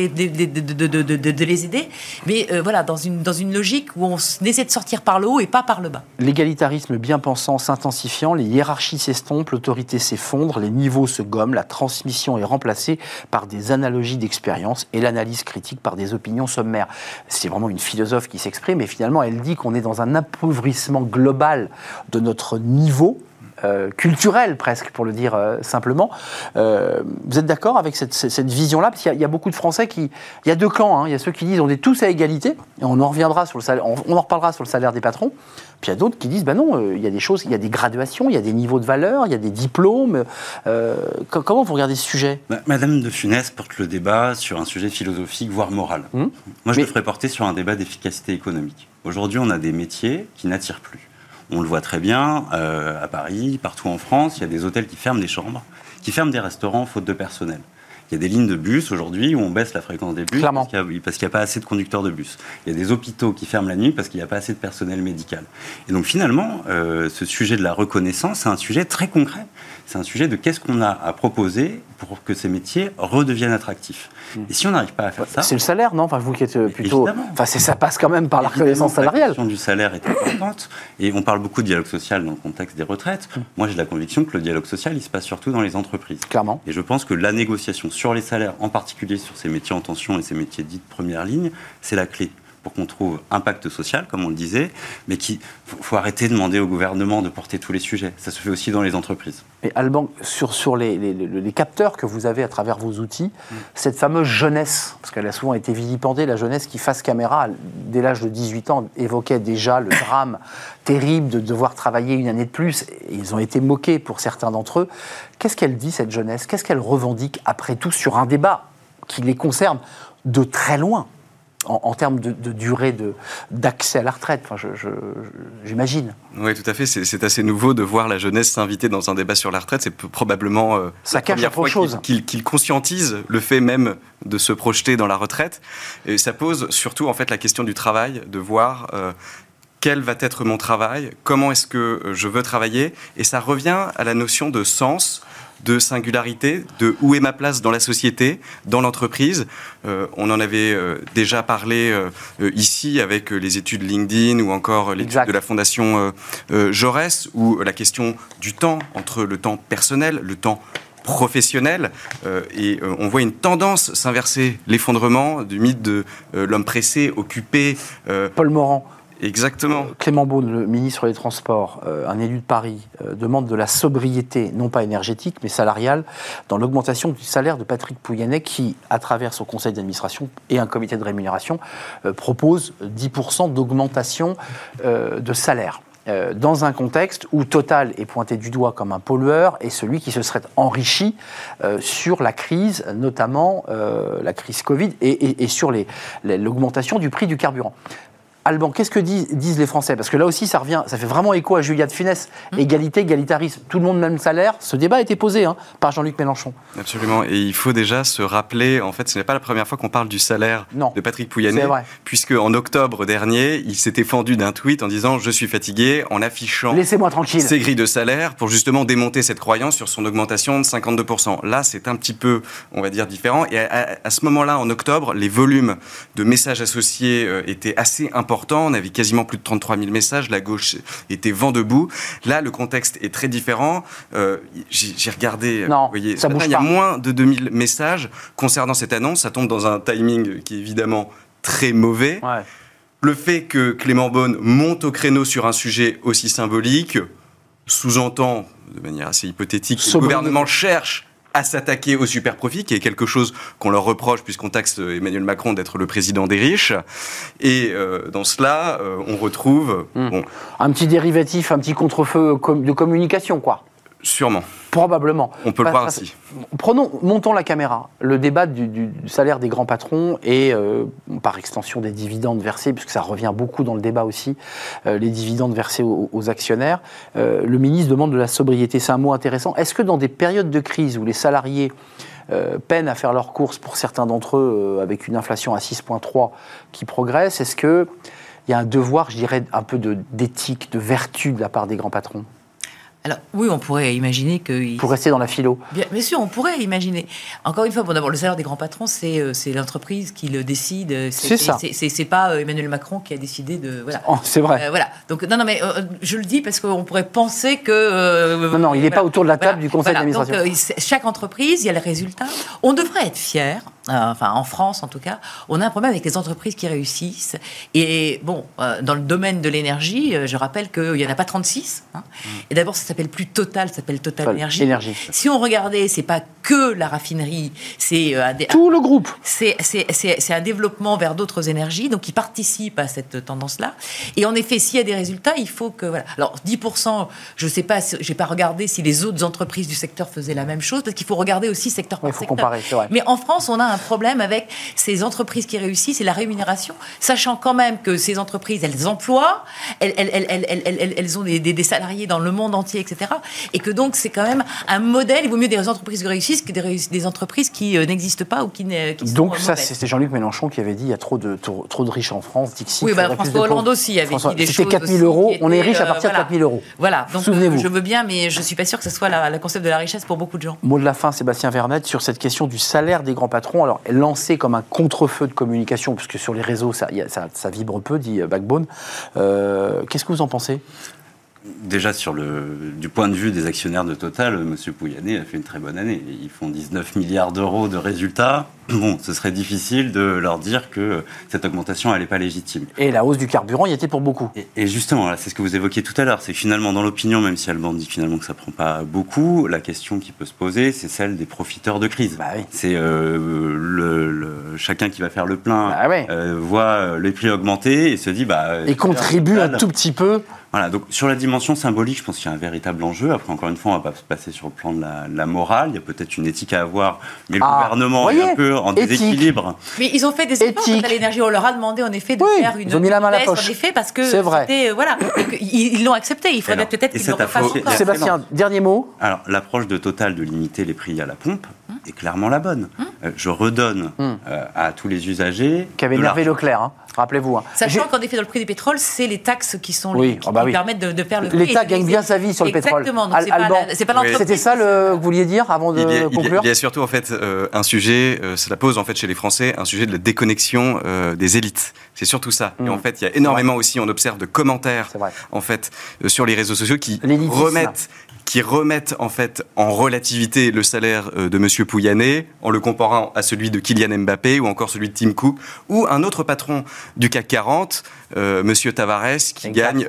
Speaker 5: de les aider. Mais voilà, dans une logique où on essaie de sortir par le haut et pas par le bas.
Speaker 1: L'égalitarisme bien pensant s'intensifiant, les hiérarchies s'estompent, l'autorité s'effondre, les niveaux se gomment, la transmission est remplacée par des analogies d'expérience et l'analyse critique par des opinions sommaires. C'est vraiment une philosophe qui s'exprime, et finalement elle dit qu'on est dans un appauvrissement global de notre niveau culturel presque, pour le dire simplement. Vous êtes d'accord avec cette vision-là? Parce qu'il y a beaucoup de Français il y a deux camps, hein. Il y a ceux qui disent on est tous à égalité, et on en reviendra sur le salaire, on en reparlera sur le salaire des patrons. Puis il y a d'autres qui disent non, il y a des choses, il y a des graduations, il y a des niveaux de valeur, il y a des diplômes. Comment vous regardez ce sujet?
Speaker 7: Madame de Funès porte le débat sur un sujet philosophique, voire moral. Moi, je le ferais porter sur un débat d'efficacité économique. Aujourd'hui, on a des métiers qui n'attirent plus. On le voit très bien à Paris, partout en France, il y a des hôtels qui ferment des chambres, qui ferment des restaurants faute de personnel. Il y a des lignes de bus aujourd'hui où on baisse la fréquence des bus parce qu'il n'y a pas assez de conducteurs de bus. Il y a des hôpitaux qui ferment la nuit parce qu'il n'y a pas assez de personnel médical. Et donc finalement, ce sujet de la reconnaissance, c'est un sujet très concret. C'est un sujet de qu'est-ce qu'on a à proposer pour que ces métiers redeviennent attractifs. Et si on n'arrive pas à faire ça...
Speaker 1: C'est le salaire, non? Enfin, vous qui êtes plutôt... Enfin, ça passe quand même par la reconnaissance salariale.
Speaker 7: La question du salaire est importante. Et on parle beaucoup de dialogue social dans le contexte des retraites. Moi, j'ai la conviction que le dialogue social, il se passe surtout dans les entreprises.
Speaker 1: Clairement.
Speaker 7: Et je pense que la négociation sur les salaires, en particulier sur ces métiers en tension et ces métiers dits de première ligne, c'est la clé pour qu'on trouve un pacte social, comme on le disait, mais faut arrêter de demander au gouvernement de porter tous les sujets. Ça se fait aussi dans les entreprises.
Speaker 1: Et Alban, sur les capteurs que vous avez à travers vos outils, cette fameuse jeunesse, parce qu'elle a souvent été vilipendée, la jeunesse qui, face caméra, dès l'âge de 18 ans, évoquait déjà le drame terrible de devoir travailler une année de plus, et ils ont été moqués pour certains d'entre eux. Qu'est-ce qu'elle dit, cette jeunesse? Qu'est-ce qu'elle revendique, après tout, sur un débat qui les concerne de très loin? en termes de durée d'accès à la retraite, enfin, j'imagine.
Speaker 6: Oui, tout à fait. C'est assez nouveau de voir la jeunesse s'inviter dans un débat sur la retraite. C'est probablement
Speaker 1: ça cache autre chose.
Speaker 6: Qu'il conscientise le fait même de se projeter dans la retraite. Et ça pose surtout en fait la question du travail, de voir quel va être mon travail, comment est-ce que je veux travailler. Et ça revient à la notion de sens, de singularité, de où est ma place dans la société, dans l'entreprise. On en avait déjà parlé ici avec les études LinkedIn ou encore l'étude de la Fondation Jaurès, où la question du temps, entre le temps personnel, le temps professionnel, et on voit une tendance s'inverser, l'effondrement du mythe de l'homme pressé, occupé.
Speaker 1: Paul Morand.
Speaker 6: Exactement.
Speaker 1: Clément Beaune, le ministre des Transports, un élu de Paris, demande de la sobriété, non pas énergétique, mais salariale, dans l'augmentation du salaire de Patrick Pouyanné, qui, à travers son conseil d'administration et un comité de rémunération, propose 10% d'augmentation de salaire. Dans un contexte où Total est pointé du doigt comme un pollueur et celui qui se serait enrichi sur la crise, notamment la crise Covid, et sur l'augmentation du prix du carburant. Alban, qu'est-ce que disent les Français? Parce que là aussi, ça fait vraiment écho à Julia de Funès. Égalité, égalitarisme, tout le monde même salaire. Ce débat a été posé par Jean-Luc Mélenchon.
Speaker 6: Absolument. Et il faut déjà se rappeler, en fait, ce n'est pas la première fois qu'on parle du salaire de Patrick Pouyanné. Puisque en octobre dernier, il s'était fendu d'un tweet en disant « Je suis fatigué », en affichant
Speaker 1: Laissez-moi tranquille.
Speaker 6: Ses grilles de salaire pour justement démonter cette croyance sur son augmentation de 52%. Là, c'est un petit peu, on va dire, différent. Et à ce moment-là, en octobre, les volumes de messages associés étaient assez importants. On avait quasiment plus de 33 000 messages. La gauche était vent debout. Là, le contexte est très différent. J'ai regardé.
Speaker 1: Non,
Speaker 6: vous voyez,
Speaker 1: ça bouge pas.
Speaker 6: Il y a moins de 2000 messages concernant cette annonce. Ça tombe dans un timing qui est évidemment très mauvais.
Speaker 1: Ouais.
Speaker 6: Le fait que Clément Beaune monte au créneau sur un sujet aussi symbolique sous-entend, de manière assez hypothétique, que le gouvernement cherche à s'attaquer au super profit, qui est quelque chose qu'on leur reproche puisqu'on taxe Emmanuel Macron d'être le président des riches. Et dans cela, on retrouve...
Speaker 1: un petit dérivatif, un petit contre-feu de communication, quoi.
Speaker 6: Sûrement.
Speaker 1: Probablement.
Speaker 6: On peut le voir aussi.
Speaker 1: Montons la caméra. Le débat du salaire des grands patrons et, par extension, des dividendes versés, puisque ça revient beaucoup dans le débat aussi, les dividendes versés aux actionnaires. Le ministre demande de la sobriété. C'est un mot intéressant. Est-ce que dans des périodes de crise où les salariés peinent à faire leurs courses, pour certains d'entre eux, avec une inflation à 6,3 qui progresse, est-ce qu'il y a un devoir, je dirais, un peu d'éthique, de vertu de la part des grands patrons ?
Speaker 5: Alors, oui, on pourrait imaginer que...
Speaker 1: Pour rester dans la philo.
Speaker 5: Bien sûr, on pourrait imaginer. Encore une fois, bon, d'abord, le salaire des grands patrons, c'est l'entreprise qui le décide.
Speaker 1: C'est ça.
Speaker 5: C'est pas Emmanuel Macron qui a décidé de... Voilà.
Speaker 1: Oh, c'est vrai.
Speaker 5: Voilà. Donc, non, mais je le dis parce qu'on pourrait penser que...
Speaker 1: non, il n'est pas autour de la table du conseil d'administration.
Speaker 5: Donc, chaque entreprise, il y a le résultat. On devrait être fiers. Enfin, en France, en tout cas, on a un problème avec les entreprises qui réussissent. Et bon, dans le domaine de l'énergie, je rappelle qu'il n'y en a pas 36. Et d'abord, ça s'appelle plus Total, ça s'appelle Total Énergie. Si on regardait, c'est pas que la raffinerie, c'est
Speaker 1: tout le groupe.
Speaker 5: C'est un développement vers d'autres énergies, donc qui participe à cette tendance-là. Et en effet, s'il y a des résultats, il faut que voilà. Alors 10%, je sais pas, j'ai pas regardé si les autres entreprises du secteur faisaient la même chose, parce qu'il faut regarder aussi secteur par secteur.
Speaker 1: Comparer, c'est vrai.
Speaker 5: Mais en France, on a un problème avec ces entreprises qui réussissent et la rémunération, sachant quand même que ces entreprises, elles emploient, elles ont des salariés dans le monde entier, etc. Et que donc, c'est quand même un modèle. Il vaut mieux des entreprises qui réussissent que des entreprises qui n'existent pas ou qui sont
Speaker 1: donc, ça,
Speaker 5: mauvaises.
Speaker 1: c'était Jean-Luc Mélenchon qui avait dit il y a trop de riches en France. Dixit,
Speaker 5: oui, François Hollande aussi avait dit des choses.
Speaker 1: C'était 4 000 euros. On est riche à partir de 4 000 euros.
Speaker 5: Voilà. Donc,
Speaker 1: souvenez-vous.
Speaker 5: Je veux bien, mais je ne suis pas sûre que ce soit le concept de la richesse pour beaucoup de gens.
Speaker 1: Mot de la fin, Sébastien Vernet, sur cette question du salaire des grands patrons. Alors, lancé comme un contre-feu de communication, puisque sur les réseaux, ça vibre peu, dit Backbone. Qu'est-ce que vous en pensez ?
Speaker 7: Déjà, du point de vue des actionnaires de Total, M. Pouyanné a fait une très bonne année. Ils font 19 milliards d'euros de résultats. Bon, ce serait difficile de leur dire que cette augmentation, elle n'est pas légitime.
Speaker 1: Et la hausse du carburant y était pour beaucoup.
Speaker 7: Et justement, là, c'est ce que vous évoquiez tout à l'heure. C'est que finalement, dans l'opinion, même si Alban dit finalement que ça ne prend pas beaucoup, la question qui peut se poser, c'est celle des profiteurs de crise.
Speaker 1: Bah oui.
Speaker 7: C'est chacun qui va faire le plein,
Speaker 1: bah oui.
Speaker 7: voit les prix augmenter et se dit...
Speaker 1: et contribue un tout petit peu
Speaker 7: Voilà, donc sur la dimension symbolique, je pense qu'il y a un véritable enjeu. Après, encore une fois, on ne va pas se passer sur le plan de la morale. Il y a peut-être une éthique à avoir, mais le gouvernement est un peu en déséquilibre.
Speaker 5: Mais ils ont fait des efforts à l'énergie. On leur a demandé en effet de faire une baisse, en effet, parce que c'était voilà, ils l'ont accepté. Il faudrait peut-être qu'ils le refassent encore.
Speaker 1: Sébastien, dernier mot.
Speaker 7: Alors, l'approche de Total de limiter les prix à la pompe est clairement la bonne. Je redonne à tous les usagers.
Speaker 1: Qui avait énervé Leclerc, rappelez-vous.
Speaker 5: Sachant qu'en effet, dans le prix du pétrole, c'est les taxes qui sont qui permettent de faire le prix.
Speaker 1: L'État gagne bien sa vie sur le pétrole.
Speaker 5: Exactement. Donc c'est pas l'entreprise.
Speaker 1: C'était ça que vous vouliez dire avant de conclure.
Speaker 6: Il y a surtout en fait un sujet, cela pose en fait chez les Français un sujet de la déconnexion des élites. C'est surtout ça. Et en fait, il y a énormément aussi, on observe de commentaires en fait sur les réseaux sociaux qui remettent en fait en relativité le salaire de Monsieur Pouyanné en le comparant à celui de Kylian Mbappé ou encore celui de Tim Cook ou un autre patron du CAC 40, Monsieur Tavares, qui gagne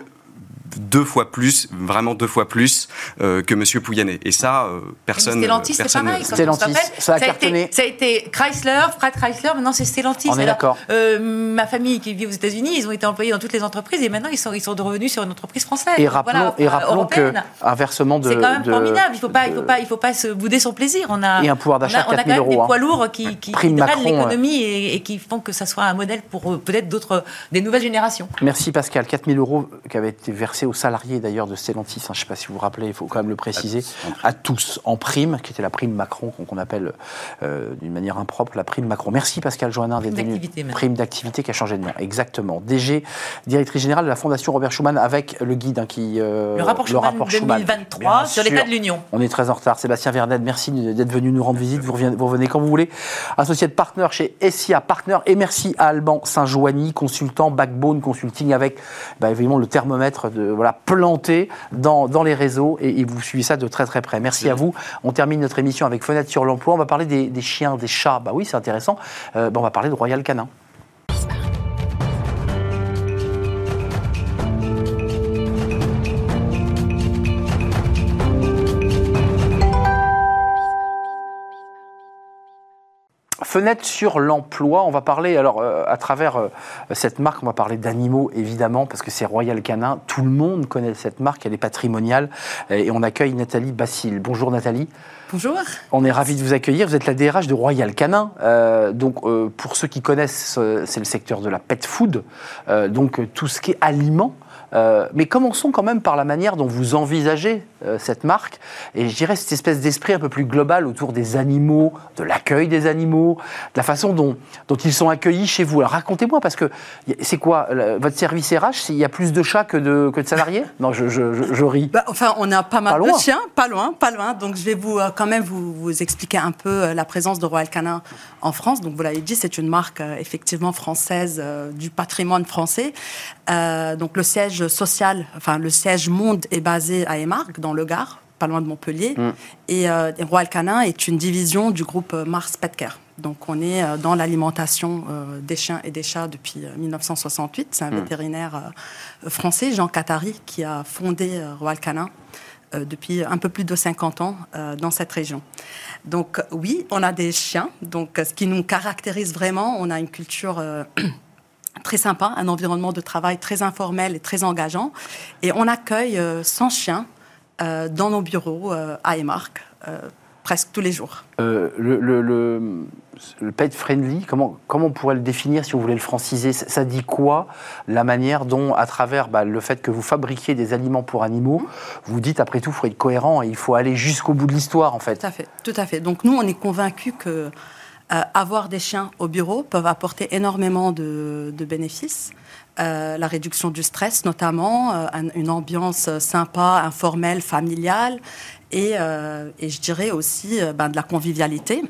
Speaker 6: 2 fois plus, vraiment 2 fois plus que Monsieur Pouyanné. Et ça, personne.
Speaker 5: Stellantis, c'est pareil.
Speaker 1: Stellantis, ça a cartonné.
Speaker 5: Ça a été Chrysler, Fred Chrysler, maintenant c'est Stellantis.
Speaker 1: On est d'accord.
Speaker 5: Ma famille qui vit aux États-Unis, ils ont été employés dans toutes les entreprises et maintenant ils sont revenus sur une entreprise française.
Speaker 1: Et rappelons que inversement de.
Speaker 5: C'est quand même formidable. Il faut pas se bouder son plaisir.
Speaker 1: Et un pouvoir d'achat de 4 000 euros.
Speaker 5: On a quand même des poids lourds qui drainent l'économie et qui font que ça soit un modèle pour peut-être des nouvelles générations.
Speaker 1: Merci Pascal. 4 000 euros qui avaient été versés aux salariés d'ailleurs de Stellantis, je ne sais pas si vous vous rappelez, il faut quand même le préciser, à tous, en prime, qui était la prime Macron, qu'on appelle d'une manière impropre la prime Macron. Merci Pascal Joannin d'être venu. Prime d'activité qui a changé de nom, exactement. DG, directrice générale de la Fondation Robert Schuman, avec le guide
Speaker 5: le rapport Schuman 2023 sur l'état de l'Union.
Speaker 1: On est très en retard. Sébastien Vernet, merci d'être venu nous rendre visite. Vous revenez quand vous voulez. Associé de partner chez SIA Partner, et merci à Alban Saint-Joigny, consultant Backbone Consulting, avec évidemment le thermomètre planté dans les réseaux, et vous suivez ça de très très près. Merci à vous. On termine notre émission avec Fenêtre sur l'emploi. On va parler des chiens, des chats. Bah oui, c'est intéressant. On va parler de Royal Canin. Fenêtre sur l'emploi, on va parler, alors à travers cette marque, on va parler d'animaux évidemment, parce que c'est Royal Canin, tout le monde connaît cette marque, elle est patrimoniale, et on accueille Nathalie Basile. Bonjour Nathalie.
Speaker 2: Bonjour.
Speaker 1: On est ravis de vous accueillir, vous êtes la DRH de Royal Canin, donc pour ceux qui connaissent, c'est le secteur de la pet food, donc tout ce qui est aliments. Mais commençons quand même par la manière dont vous envisagez cette marque, et je dirais cette espèce d'esprit un peu plus global autour des animaux, de l'accueil des animaux, de la façon dont ils sont accueillis chez vous. Alors racontez-moi, parce que c'est quoi votre service RH, il y a plus de chats que de salariés? Non, je ris.
Speaker 8: Enfin, on a pas mal de chiens, pas loin. Donc je vais quand même vous expliquer un peu la présence de Royal Canin en France. Donc vous l'avez dit, c'est une marque effectivement française du patrimoine français. Donc le siège social, enfin le siège monde est basé à Émarques, dans le Gard, pas loin de Montpellier. Et Royal Canin est une division du groupe Mars Petcare. Donc on est dans l'alimentation des chiens et des chats depuis 1968. C'est un vétérinaire français, Jean Catari, qui a fondé Royal Canin depuis un peu plus de 50 ans dans cette région. Donc oui, on a des chiens. Donc ce qui nous caractérise vraiment, on a une culture très sympa, un environnement de travail très informel et très engageant. Et on accueille 100 chiens dans nos bureaux à Émarques, presque tous les jours.
Speaker 1: Le pet friendly, comment on pourrait le définir si on voulait le franciser? Ça dit quoi, la manière dont, à travers le fait que vous fabriquiez des aliments pour animaux, vous dites après tout, il faut être cohérent et il faut aller jusqu'au bout de l'histoire en fait?
Speaker 8: Tout à fait. Donc nous, on est convaincus que avoir des chiens au bureau peuvent apporter énormément de bénéfices. La réduction du stress notamment, une ambiance sympa, informelle, familiale, et je dirais aussi de la convivialité.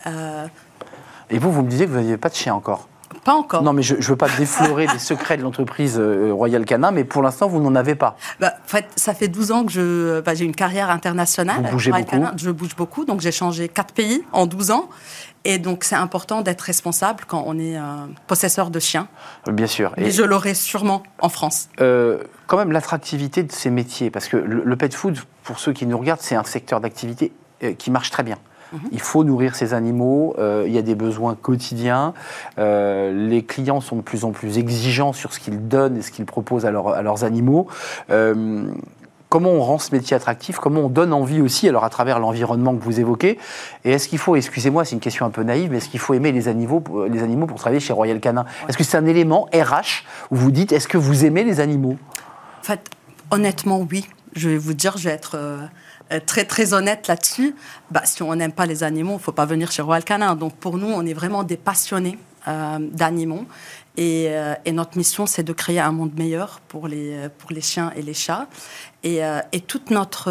Speaker 1: Et vous me disiez que vous n'aviez pas de chien encore?
Speaker 8: Pas encore.
Speaker 1: Non, mais je ne veux pas déflorer des secrets de l'entreprise Royal Canin, mais pour l'instant, vous n'en avez pas.
Speaker 8: En fait, ça fait 12 ans que j'ai une carrière internationale.
Speaker 1: Vous bougez beaucoup.
Speaker 8: Canin, je bouge beaucoup, donc j'ai changé 4 pays en 12 ans. Et donc, c'est important d'être responsable quand on est possesseur de chiens.
Speaker 1: Bien sûr.
Speaker 8: Et je l'aurai sûrement en France.
Speaker 1: Quand même, l'attractivité de ces métiers, parce que le pet food, pour ceux qui nous regardent, c'est un secteur d'activité qui marche très bien. Il faut nourrir ces animaux, il y a des besoins quotidiens, les clients sont de plus en plus exigeants sur ce qu'ils donnent et ce qu'ils proposent à leurs animaux. Comment on rend ce métier attractif? Comment on donne envie aussi, alors à travers l'environnement que vous évoquez? Et est-ce qu'il faut, excusez-moi, c'est une question un peu naïve, mais est-ce qu'il faut aimer les animaux pour travailler chez Royal Canin? Est-ce que c'est un élément RH où vous dites, est-ce que vous aimez les animaux?
Speaker 8: En fait, honnêtement, oui. Je vais vous dire, je vais être très, très honnête là-dessus. Si on n'aime pas les animaux, il ne faut pas venir chez Royal Canin. Donc pour nous, on est vraiment des passionnés d'animaux. Et notre mission, c'est de créer un monde meilleur pour les chiens et les chats. Et toute notre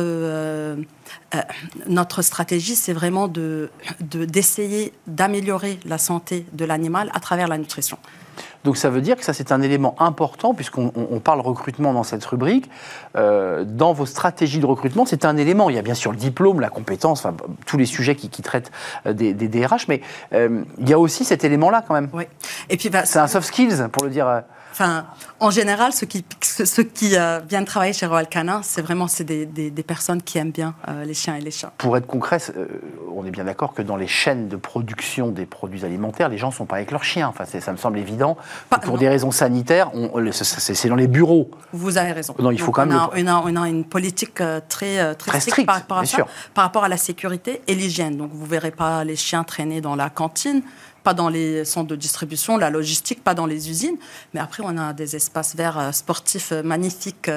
Speaker 8: stratégie, c'est vraiment d'essayer d'améliorer la santé de l'animal à travers la nutrition.
Speaker 1: Donc ça veut dire que ça, c'est un élément important, puisqu'on parle recrutement dans cette rubrique. Dans vos stratégies de recrutement, c'est un élément. Il y a bien sûr le diplôme, la compétence, enfin, tous les sujets qui traitent des DRH, mais il y a aussi cet élément-là quand même.
Speaker 8: Oui. Et puis,
Speaker 1: c'est un soft skills, pour le dire...
Speaker 8: En général, ceux qui viennent travailler chez Royal Canin, c'est des personnes qui aiment bien les chiens et les chats.
Speaker 1: Pour être concret, on est bien d'accord que dans les chaînes de production des produits alimentaires, les gens ne sont pas avec leurs chiens. Enfin, ça me semble évident. Pour des raisons sanitaires, c'est dans les bureaux.
Speaker 8: Vous avez raison.
Speaker 1: Non, il faut quand même
Speaker 8: on a une politique très stricte par rapport à ça, par rapport à la sécurité et l'hygiène. Donc, vous ne verrez pas les chiens traîner dans la cantine, pas dans les centres de distribution, la logistique, pas dans les usines. Mais après, on a des espaces verts sportifs magnifiques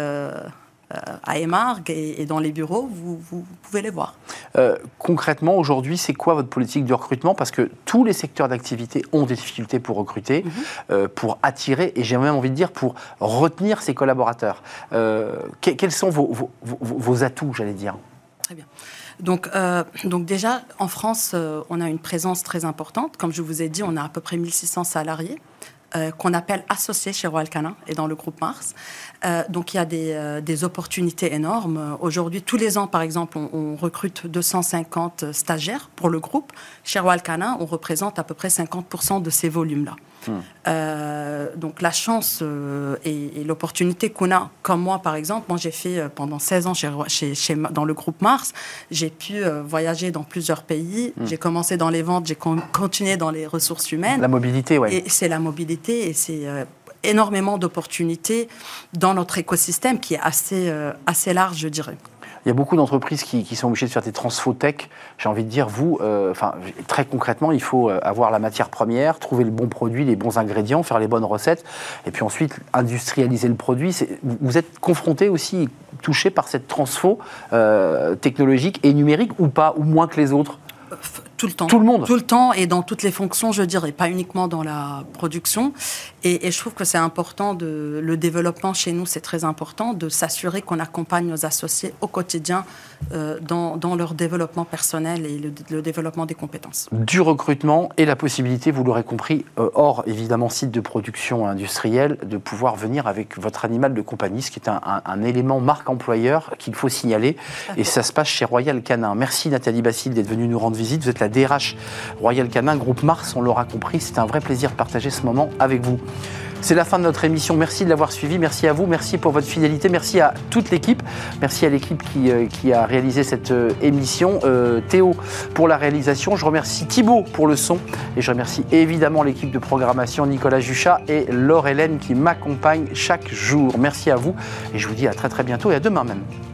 Speaker 8: à Émargues et dans les bureaux, vous pouvez les voir.
Speaker 1: Concrètement, aujourd'hui, c'est quoi votre politique de recrutement? Parce que tous les secteurs d'activité ont des difficultés pour recruter, pour attirer, et j'ai même envie de dire, pour retenir ses collaborateurs. Quels sont vos atouts, j'allais dire?
Speaker 8: Très bien. Donc déjà, en France, on a une présence très importante. Comme je vous ai dit, on a à peu près 1600 salariés qu'on appelle associés chez Royal Canin et dans le groupe Mars. Donc il y a des opportunités énormes. Aujourd'hui, tous les ans, par exemple, on recrute 250 stagiaires pour le groupe. Chez Royal Canin, on représente à peu près 50% de ces volumes-là. Donc la chance et l'opportunité qu'on a, comme moi par exemple, moi j'ai fait pendant 16 ans dans le groupe Mars, j'ai pu voyager dans plusieurs pays, j'ai commencé dans les ventes, j'ai continué dans les ressources humaines.
Speaker 1: La mobilité, oui.
Speaker 8: Et c'est la mobilité et c'est énormément d'opportunités dans notre écosystème qui est assez large, je dirais.
Speaker 1: Il y a beaucoup d'entreprises qui sont obligées de faire des transfos tech. J'ai envie de dire, vous, très concrètement, il faut avoir la matière première, trouver le bon produit, les bons ingrédients, faire les bonnes recettes, et puis ensuite industrialiser le produit. Vous êtes confronté aussi, touché par cette transfo technologique et numérique, ou pas, ou moins que les autres?
Speaker 8: Tout le temps.
Speaker 1: Tout le monde.
Speaker 8: Tout le temps et dans toutes les fonctions, je dirais, pas uniquement dans la production. Et je trouve que c'est important, le développement chez nous, c'est très important, de s'assurer qu'on accompagne nos associés au quotidien dans leur développement personnel et le développement des compétences. Du
Speaker 1: recrutement et la possibilité, vous l'aurez compris, hors évidemment site de production industrielle, de pouvoir venir avec votre animal de compagnie, ce qui est un élément marque employeur qu'il faut signaler. Et ça se passe chez Royal Canin. Merci Nathalie Basile d'être venue nous rendre visite. Vous êtes la DRH Royal Canin, groupe Mars, on l'aura compris. C'est un vrai plaisir de partager ce moment avec vous. C'est la fin de notre émission. Merci de l'avoir suivi. Merci à vous. Merci pour votre fidélité. Merci à toute l'équipe. Merci à l'équipe qui a réalisé cette émission. Théo pour la réalisation. Je remercie Thibaut pour le son. Et je remercie évidemment l'équipe de programmation, Nicolas Juchat et Laure Hélène qui m'accompagnent chaque jour. Merci à vous. Et je vous dis à très très bientôt et à demain même.